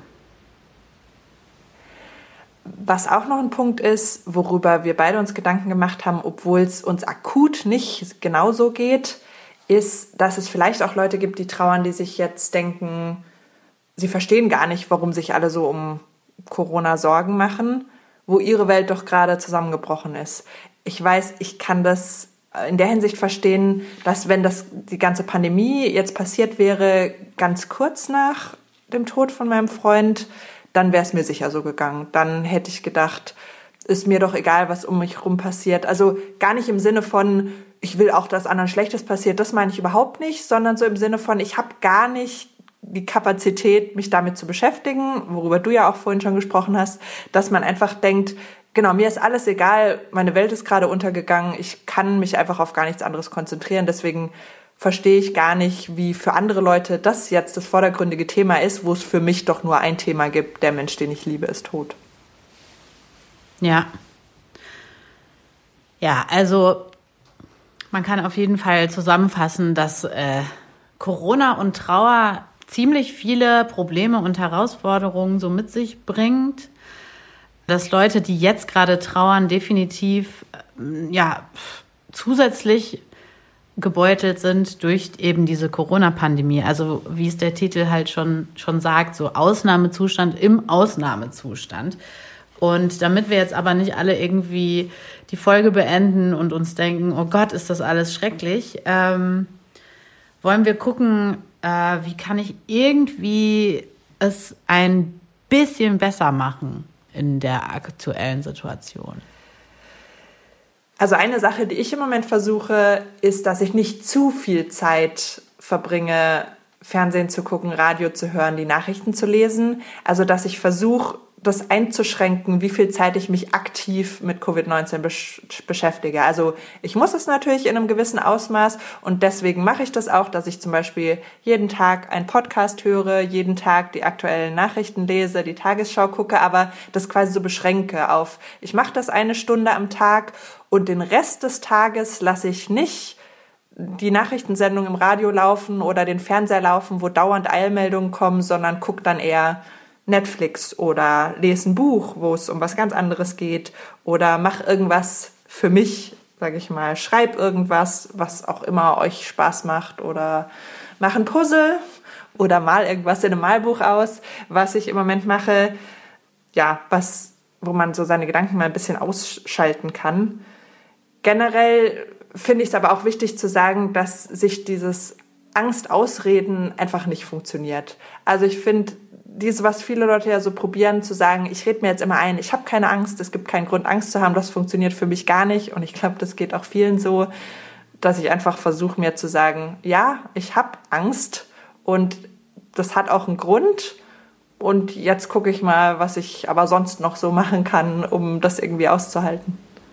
Was auch noch ein Punkt ist, worüber wir beide uns Gedanken gemacht haben, obwohl es uns akut nicht genauso geht, ist, dass es vielleicht auch Leute gibt, die trauern, die sich jetzt denken, sie verstehen gar nicht, warum sich alle so um Corona Sorgen machen, wo ihre Welt doch gerade zusammengebrochen ist. Ich weiß, ich kann das in der Hinsicht verstehen, dass wenn die ganze Pandemie jetzt passiert wäre, ganz kurz nach dem Tod von meinem Freund, dann wäre es mir sicher so gegangen. Dann hätte ich gedacht, ist mir doch egal, was um mich rum passiert. Also gar nicht im Sinne von, ich will auch, dass anderen Schlechtes passiert, das meine ich überhaupt nicht, sondern so im Sinne von, ich habe gar nicht die Kapazität, mich damit zu beschäftigen, worüber du ja auch vorhin schon gesprochen hast, dass man einfach denkt, genau, mir ist alles egal, meine Welt ist gerade untergegangen, ich kann mich einfach auf gar nichts anderes konzentrieren, deswegen verstehe ich gar nicht, wie für andere Leute das jetzt das vordergründige Thema ist, wo es für mich doch nur ein Thema gibt, der Mensch, den ich liebe, ist tot. Ja. Ja, also man kann auf jeden Fall zusammenfassen, dass Corona und Trauer ziemlich viele Probleme und Herausforderungen so mit sich bringt. Dass Leute, die jetzt gerade trauern, definitiv zusätzlich gebeutelt sind durch eben diese Corona-Pandemie. Also wie es der Titel halt schon sagt, so Ausnahmezustand im Ausnahmezustand. Und damit wir jetzt aber nicht alle irgendwie die Folge beenden und uns denken, oh Gott, ist das alles schrecklich, wollen wir gucken, wie kann ich irgendwie es ein bisschen besser machen in der aktuellen Situation. Also eine Sache, die ich im Moment versuche, ist, dass ich nicht zu viel Zeit verbringe, Fernsehen zu gucken, Radio zu hören, die Nachrichten zu lesen. Also dass ich versuche, das einzuschränken, wie viel Zeit ich mich aktiv mit Covid-19 beschäftige. Also ich muss es natürlich in einem gewissen Ausmaß und deswegen mache ich das auch, dass ich zum Beispiel jeden Tag einen Podcast höre, jeden Tag die aktuellen Nachrichten lese, die Tagesschau gucke, aber das quasi so beschränke auf, ich mache das 1 Stunde am Tag und den Rest des Tages lasse ich nicht die Nachrichtensendung im Radio laufen oder den Fernseher laufen, wo dauernd Eilmeldungen kommen, sondern gucke dann eher Netflix oder lese ein Buch, wo es um was ganz anderes geht oder mach irgendwas für mich, sage ich mal, schreib irgendwas, was auch immer euch Spaß macht oder mach ein Puzzle oder mal irgendwas in einem Malbuch aus, was ich im Moment mache, ja, wo man so seine Gedanken mal ein bisschen ausschalten kann. Generell finde ich es aber auch wichtig zu sagen, dass sich dieses Angst-Ausreden einfach nicht funktioniert. Also ich finde, was viele Leute ja so probieren, zu sagen, ich rede mir jetzt immer ein, ich habe keine Angst, es gibt keinen Grund, Angst zu haben, das funktioniert für mich gar nicht. Und ich glaube, das geht auch vielen so, dass ich einfach versuche, mir zu sagen, ja, ich habe Angst und das hat auch einen Grund. Und jetzt gucke ich mal, was ich aber sonst noch so machen kann, um das irgendwie auszuhalten.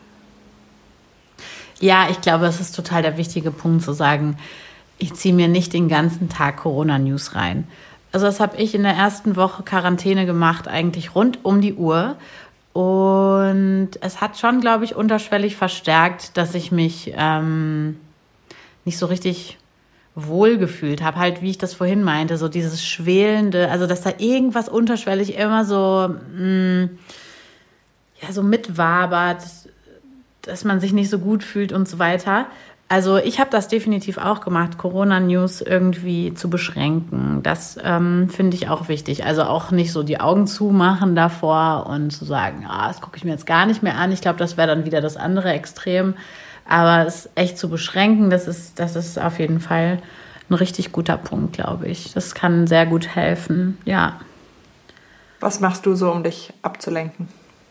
Ja, ich glaube, es ist total der wichtige Punkt zu sagen, ich ziehe mir nicht den ganzen Tag Corona-News rein. Also das habe ich in der ersten Woche Quarantäne gemacht, eigentlich rund um die Uhr. Und es hat schon, glaube ich, unterschwellig verstärkt, dass ich mich nicht so richtig wohl gefühlt habe, halt wie ich das vorhin meinte, so dieses Schwelende, also dass da irgendwas unterschwellig immer so, so mitwabert, dass man sich nicht so gut fühlt und so weiter. Also ich habe das definitiv auch gemacht, Corona-News irgendwie zu beschränken. Das finde ich auch wichtig. Also auch nicht so die Augen zumachen davor und zu sagen, das gucke ich mir jetzt gar nicht mehr an. Ich glaube, das wäre dann wieder das andere Extrem. Aber es echt zu beschränken, das ist auf jeden Fall ein richtig guter Punkt, glaube ich. Das kann sehr gut helfen, ja. Was machst du so, um dich abzulenken?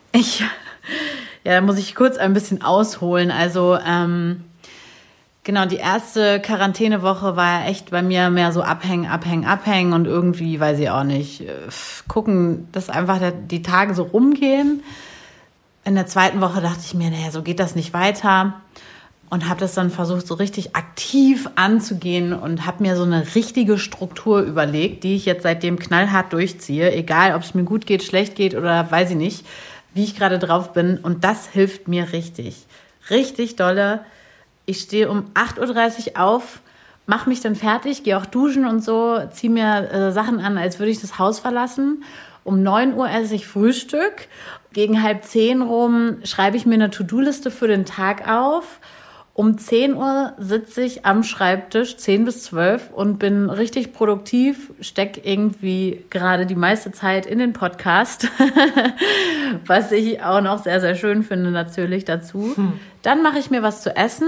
Da muss ich kurz ein bisschen ausholen. Also genau, die erste Quarantänewoche war echt bei mir mehr so abhängen und irgendwie, weiß ich auch nicht, gucken, dass einfach die Tage so rumgehen. In der zweiten Woche dachte ich mir, so geht das nicht weiter und habe das dann versucht, so richtig aktiv anzugehen und habe mir so eine richtige Struktur überlegt, die ich jetzt seitdem knallhart durchziehe, egal ob es mir gut geht, schlecht geht oder weiß ich nicht, wie ich gerade drauf bin. Und das hilft mir richtig, richtig dolle. Ich stehe um 8.30 Uhr auf, mache mich dann fertig, gehe auch duschen und so, ziehe mir Sachen an, als würde ich das Haus verlassen. Um 9 Uhr esse ich Frühstück. Gegen 9:30 rum schreibe ich mir eine To-Do-Liste für den Tag auf. Um 10 Uhr sitze ich am Schreibtisch, 10 bis 12 und bin richtig produktiv, stecke irgendwie gerade die meiste Zeit in den Podcast, was ich auch noch sehr, sehr schön finde natürlich dazu. Dann mache ich mir was zu essen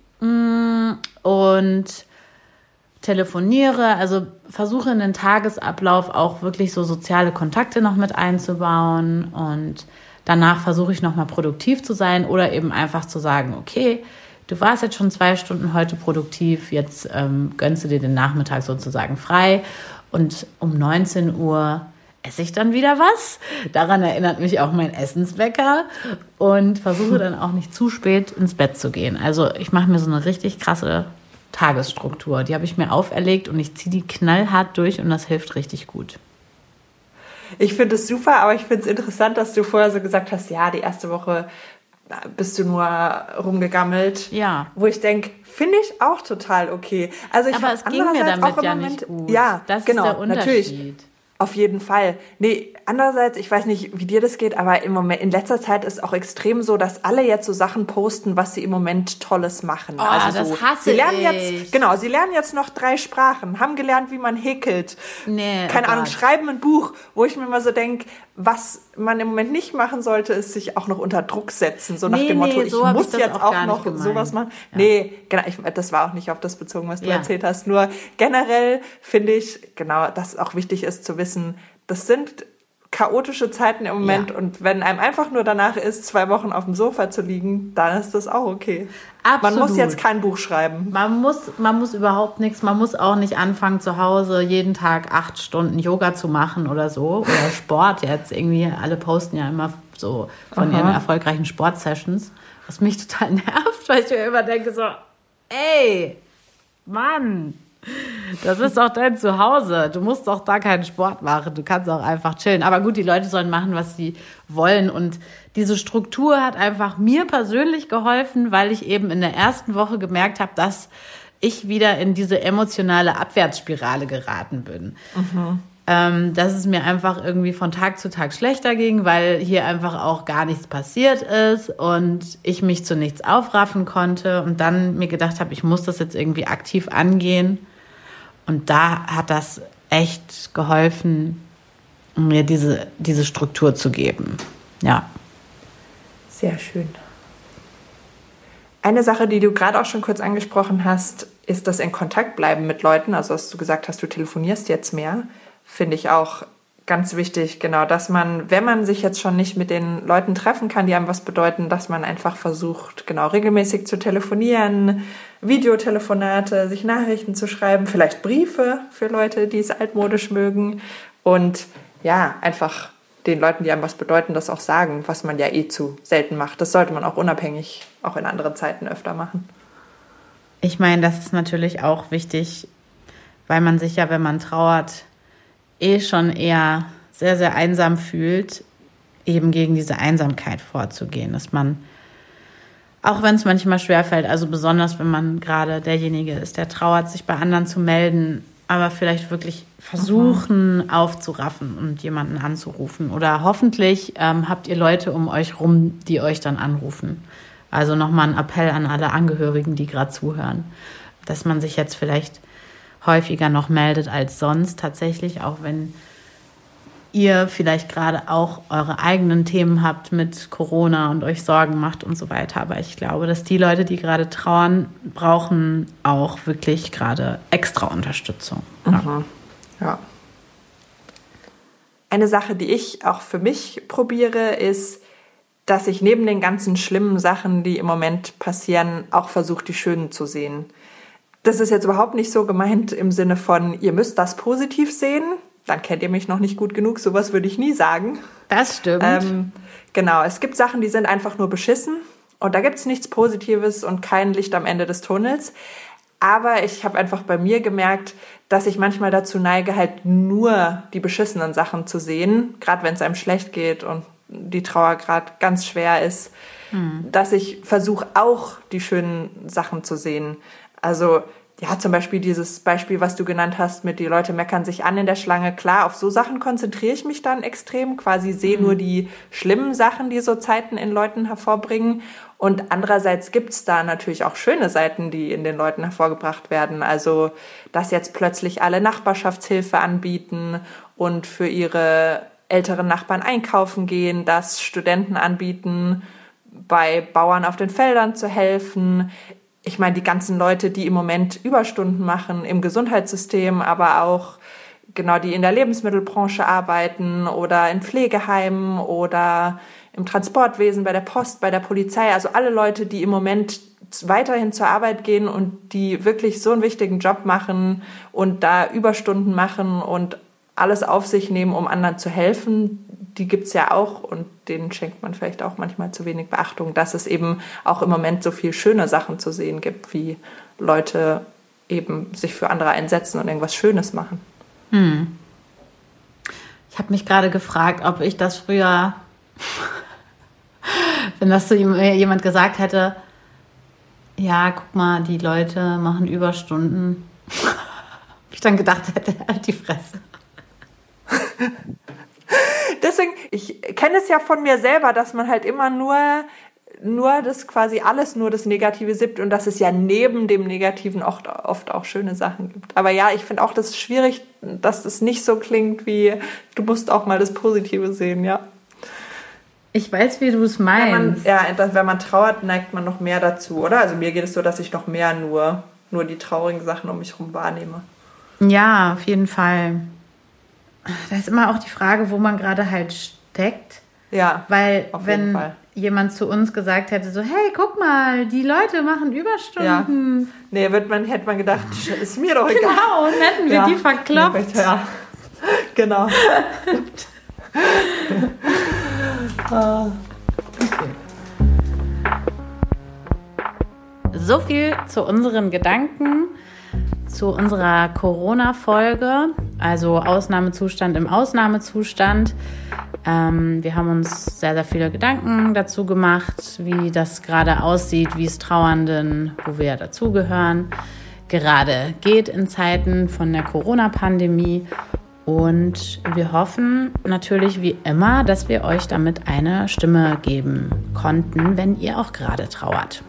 und telefoniere, also versuche in den Tagesablauf auch wirklich so soziale Kontakte noch mit einzubauen und danach versuche ich nochmal produktiv zu sein oder eben einfach zu sagen, okay, du warst jetzt schon 2 Stunden heute produktiv, jetzt gönnst du dir den Nachmittag sozusagen frei und um 19 Uhr esse ich dann wieder was. Daran erinnert mich auch mein Essenswecker und versuche dann auch nicht zu spät ins Bett zu gehen. Also ich mache mir so eine richtig krasse Tagesstruktur. Die habe ich mir auferlegt und ich ziehe die knallhart durch und das hilft richtig gut. Ich finde es super, aber ich finde es interessant, dass du vorher so gesagt hast, ja, die erste Woche bist du nur rumgegammelt. Ja. Wo ich denke, finde ich auch total okay. Also aber es ging mir damit ja nicht gut. Ja, das genau, ist der Unterschied. Natürlich. Auf jeden Fall. Nee, andererseits, ich weiß nicht, wie dir das geht, aber im Moment, in letzter Zeit ist auch extrem so, dass alle jetzt so Sachen posten, was sie im Moment Tolles machen. Oh, also das so, hasse sie lernen ich. sie lernen jetzt noch 3 Sprachen, haben gelernt, wie man häkelt. Nee, Keine Ahnung, Gott. schreiben ein Buch, wo ich mir mal so denke, was man im Moment nicht machen sollte, ist sich auch noch unter Druck setzen. So nach dem Motto, so ich muss jetzt auch noch gemeint. sowas machen. Ja. Nee, genau, das war auch nicht auf das bezogen, was du erzählt hast. Nur generell finde ich, genau, dass es auch wichtig ist zu wissen, das sind chaotische Zeiten im Moment und wenn einem einfach nur danach ist, 2 Wochen auf dem Sofa zu liegen, dann ist das auch okay. Absolut. Man muss jetzt kein Buch schreiben. Man muss überhaupt nichts, man muss auch nicht anfangen zu Hause jeden Tag 8 Stunden Yoga zu machen oder so oder Sport jetzt irgendwie, alle posten ja immer so von ihren erfolgreichen Sportsessions, was mich total nervt, weil ich mir immer denke so, ey, Mann, das ist doch dein Zuhause. Du musst doch da keinen Sport machen. Du kannst auch einfach chillen. Aber gut, die Leute sollen machen, was sie wollen. Und diese Struktur hat einfach mir persönlich geholfen, weil ich eben in der ersten Woche gemerkt habe, dass ich wieder in diese emotionale Abwärtsspirale geraten bin. Dass es mir einfach irgendwie von Tag zu Tag schlechter ging, weil hier einfach auch gar nichts passiert ist und ich mich zu nichts aufraffen konnte und dann mir gedacht habe, ich muss das jetzt irgendwie aktiv angehen. Und da hat das echt geholfen, mir diese Struktur zu geben. Ja. Sehr schön. Eine Sache, die du gerade auch schon kurz angesprochen hast, ist das in Kontakt bleiben mit Leuten. Also, dass du gesagt hast, du telefonierst jetzt mehr, finde ich auch ganz wichtig. Genau, dass man, wenn man sich jetzt schon nicht mit den Leuten treffen kann, die einem was bedeuten, dass man einfach versucht, genau regelmäßig zu telefonieren, Videotelefonate, sich Nachrichten zu schreiben, vielleicht Briefe für Leute, die es altmodisch mögen und ja, einfach den Leuten, die einem was bedeuten, das auch sagen, was man ja zu selten macht. Das sollte man auch unabhängig, auch in anderen Zeiten öfter machen. Ich meine, das ist natürlich auch wichtig, weil man sich ja, wenn man trauert, schon eher sehr, sehr einsam fühlt, eben gegen diese Einsamkeit vorzugehen, dass man Auch wenn es manchmal schwerfällt, also besonders wenn man gerade derjenige ist, der trauert, sich bei anderen zu melden, aber vielleicht wirklich versuchen aufzuraffen und jemanden anzurufen. Oder hoffentlich habt ihr Leute um euch rum, die euch dann anrufen. Also nochmal ein Appell an alle Angehörigen, die gerade zuhören, dass man sich jetzt vielleicht häufiger noch meldet als sonst tatsächlich, auch wenn ihr vielleicht gerade auch eure eigenen Themen habt mit Corona und euch Sorgen macht und so weiter. Aber ich glaube, dass die Leute, die gerade trauern, brauchen auch wirklich gerade extra Unterstützung. Ja. Eine Sache, die ich auch für mich probiere, ist, dass ich neben den ganzen schlimmen Sachen, die im Moment passieren, auch versuche, die schönen zu sehen. Das ist jetzt überhaupt nicht so gemeint im Sinne von, ihr müsst das positiv sehen. Dann kennt ihr mich noch nicht gut genug. Sowas würde ich nie sagen. Das stimmt. Genau, es gibt Sachen, die sind einfach nur beschissen. Und da gibt es nichts Positives und kein Licht am Ende des Tunnels. Aber ich habe einfach bei mir gemerkt, dass ich manchmal dazu neige, halt nur die beschissenen Sachen zu sehen. Gerade wenn es einem schlecht geht und die Trauer gerade ganz schwer ist. Dass ich versuche, auch die schönen Sachen zu sehen. Also ja, zum Beispiel dieses Beispiel, was du genannt hast, mit die Leute meckern sich an in der Schlange. Klar, auf so Sachen konzentriere ich mich dann extrem, quasi sehe nur die schlimmen Sachen, die so Zeiten in Leuten hervorbringen. Und andererseits gibt's da natürlich auch schöne Seiten, die in den Leuten hervorgebracht werden. Also, dass jetzt plötzlich alle Nachbarschaftshilfe anbieten und für ihre älteren Nachbarn einkaufen gehen, dass Studenten anbieten, bei Bauern auf den Feldern zu helfen. Ich meine, die ganzen Leute, die im Moment Überstunden machen im Gesundheitssystem, aber auch genau die in der Lebensmittelbranche arbeiten oder in Pflegeheimen oder im Transportwesen, bei der Post, bei der Polizei. Also alle Leute, die im Moment weiterhin zur Arbeit gehen und die wirklich so einen wichtigen Job machen und da Überstunden machen und alles auf sich nehmen, um anderen zu helfen, die gibt's ja auch und denen schenkt man vielleicht auch manchmal zu wenig Beachtung, dass es eben auch im Moment so viel schöne Sachen zu sehen gibt, wie Leute eben sich für andere einsetzen und irgendwas Schönes machen. Ich habe mich gerade gefragt, ob ich das früher, wenn das so jemand gesagt hätte, ja, guck mal, die Leute machen Überstunden, ich dann gedacht hätte, halt die Fresse. Deswegen, ich kenne es ja von mir selber, dass man halt immer nur das quasi alles nur das Negative sieht und dass es ja neben dem Negativen oft auch schöne Sachen gibt. Aber ja, ich finde auch, das ist schwierig, dass das nicht so klingt wie, du musst auch mal das Positive sehen, ja. Ich weiß, wie du es meinst. Wenn man trauert, neigt man noch mehr dazu, oder? Also mir geht es so, dass ich noch mehr nur die traurigen Sachen um mich herum wahrnehme. Ja, auf jeden Fall. Da ist immer auch die Frage, wo man gerade halt steckt. Ja, weil wenn jemand zu uns gesagt hätte, so, hey, guck mal, die Leute machen Überstunden. Ja. Nee, hätte man gedacht, ist mir doch egal. Genau, und hätten wir die verkloppt. Ja, genau. So viel zu unseren Gedanken, zu unserer Corona-Folge, also Ausnahmezustand im Ausnahmezustand. Wir haben uns sehr, sehr viele Gedanken dazu gemacht, wie das gerade aussieht, wie es Trauernden, wo wir ja dazugehören, gerade geht in Zeiten von der Corona-Pandemie. Und wir hoffen natürlich wie immer, dass wir euch damit eine Stimme geben konnten, wenn ihr auch gerade trauert.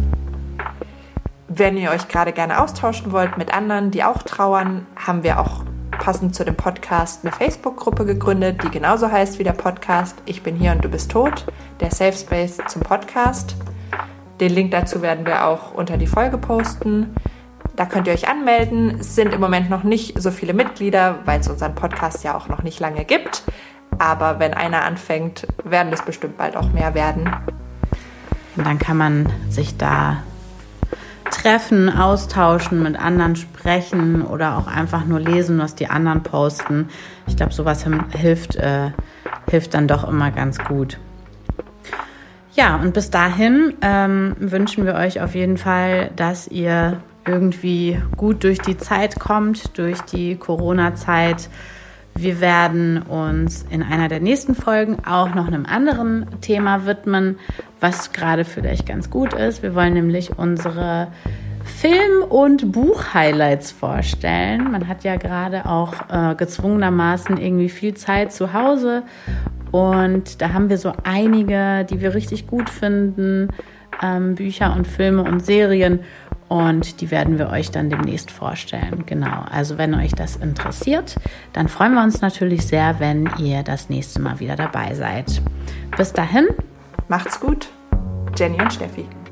Wenn ihr euch gerade gerne austauschen wollt mit anderen, die auch trauern, haben wir auch passend zu dem Podcast eine Facebook-Gruppe gegründet, die genauso heißt wie der Podcast Ich bin hier und du bist tot, der Safe Space zum Podcast. Den Link dazu werden wir auch unter die Folge posten. Da könnt ihr euch anmelden. Es sind im Moment noch nicht so viele Mitglieder, weil es unseren Podcast ja auch noch nicht lange gibt. Aber wenn einer anfängt, werden es bestimmt bald auch mehr werden. Und dann kann man sich da treffen, austauschen, mit anderen sprechen oder auch einfach nur lesen, was die anderen posten. Ich glaube, sowas hilft dann doch immer ganz gut. Ja, und bis dahin wünschen wir euch auf jeden Fall, dass ihr irgendwie gut durch die Zeit kommt, durch die Corona-Zeit. Wir werden uns in einer der nächsten Folgen auch noch einem anderen Thema widmen, was gerade vielleicht ganz gut ist. Wir wollen nämlich unsere Film- und Buch-Highlights vorstellen. Man hat ja gerade auch gezwungenermaßen irgendwie viel Zeit zu Hause und da haben wir so einige, die wir richtig gut finden, Bücher und Filme und Serien und die werden wir euch dann demnächst vorstellen. Genau, also wenn euch das interessiert, dann freuen wir uns natürlich sehr, wenn ihr das nächste Mal wieder dabei seid. Bis dahin. Macht's gut. Jenny und Steffi.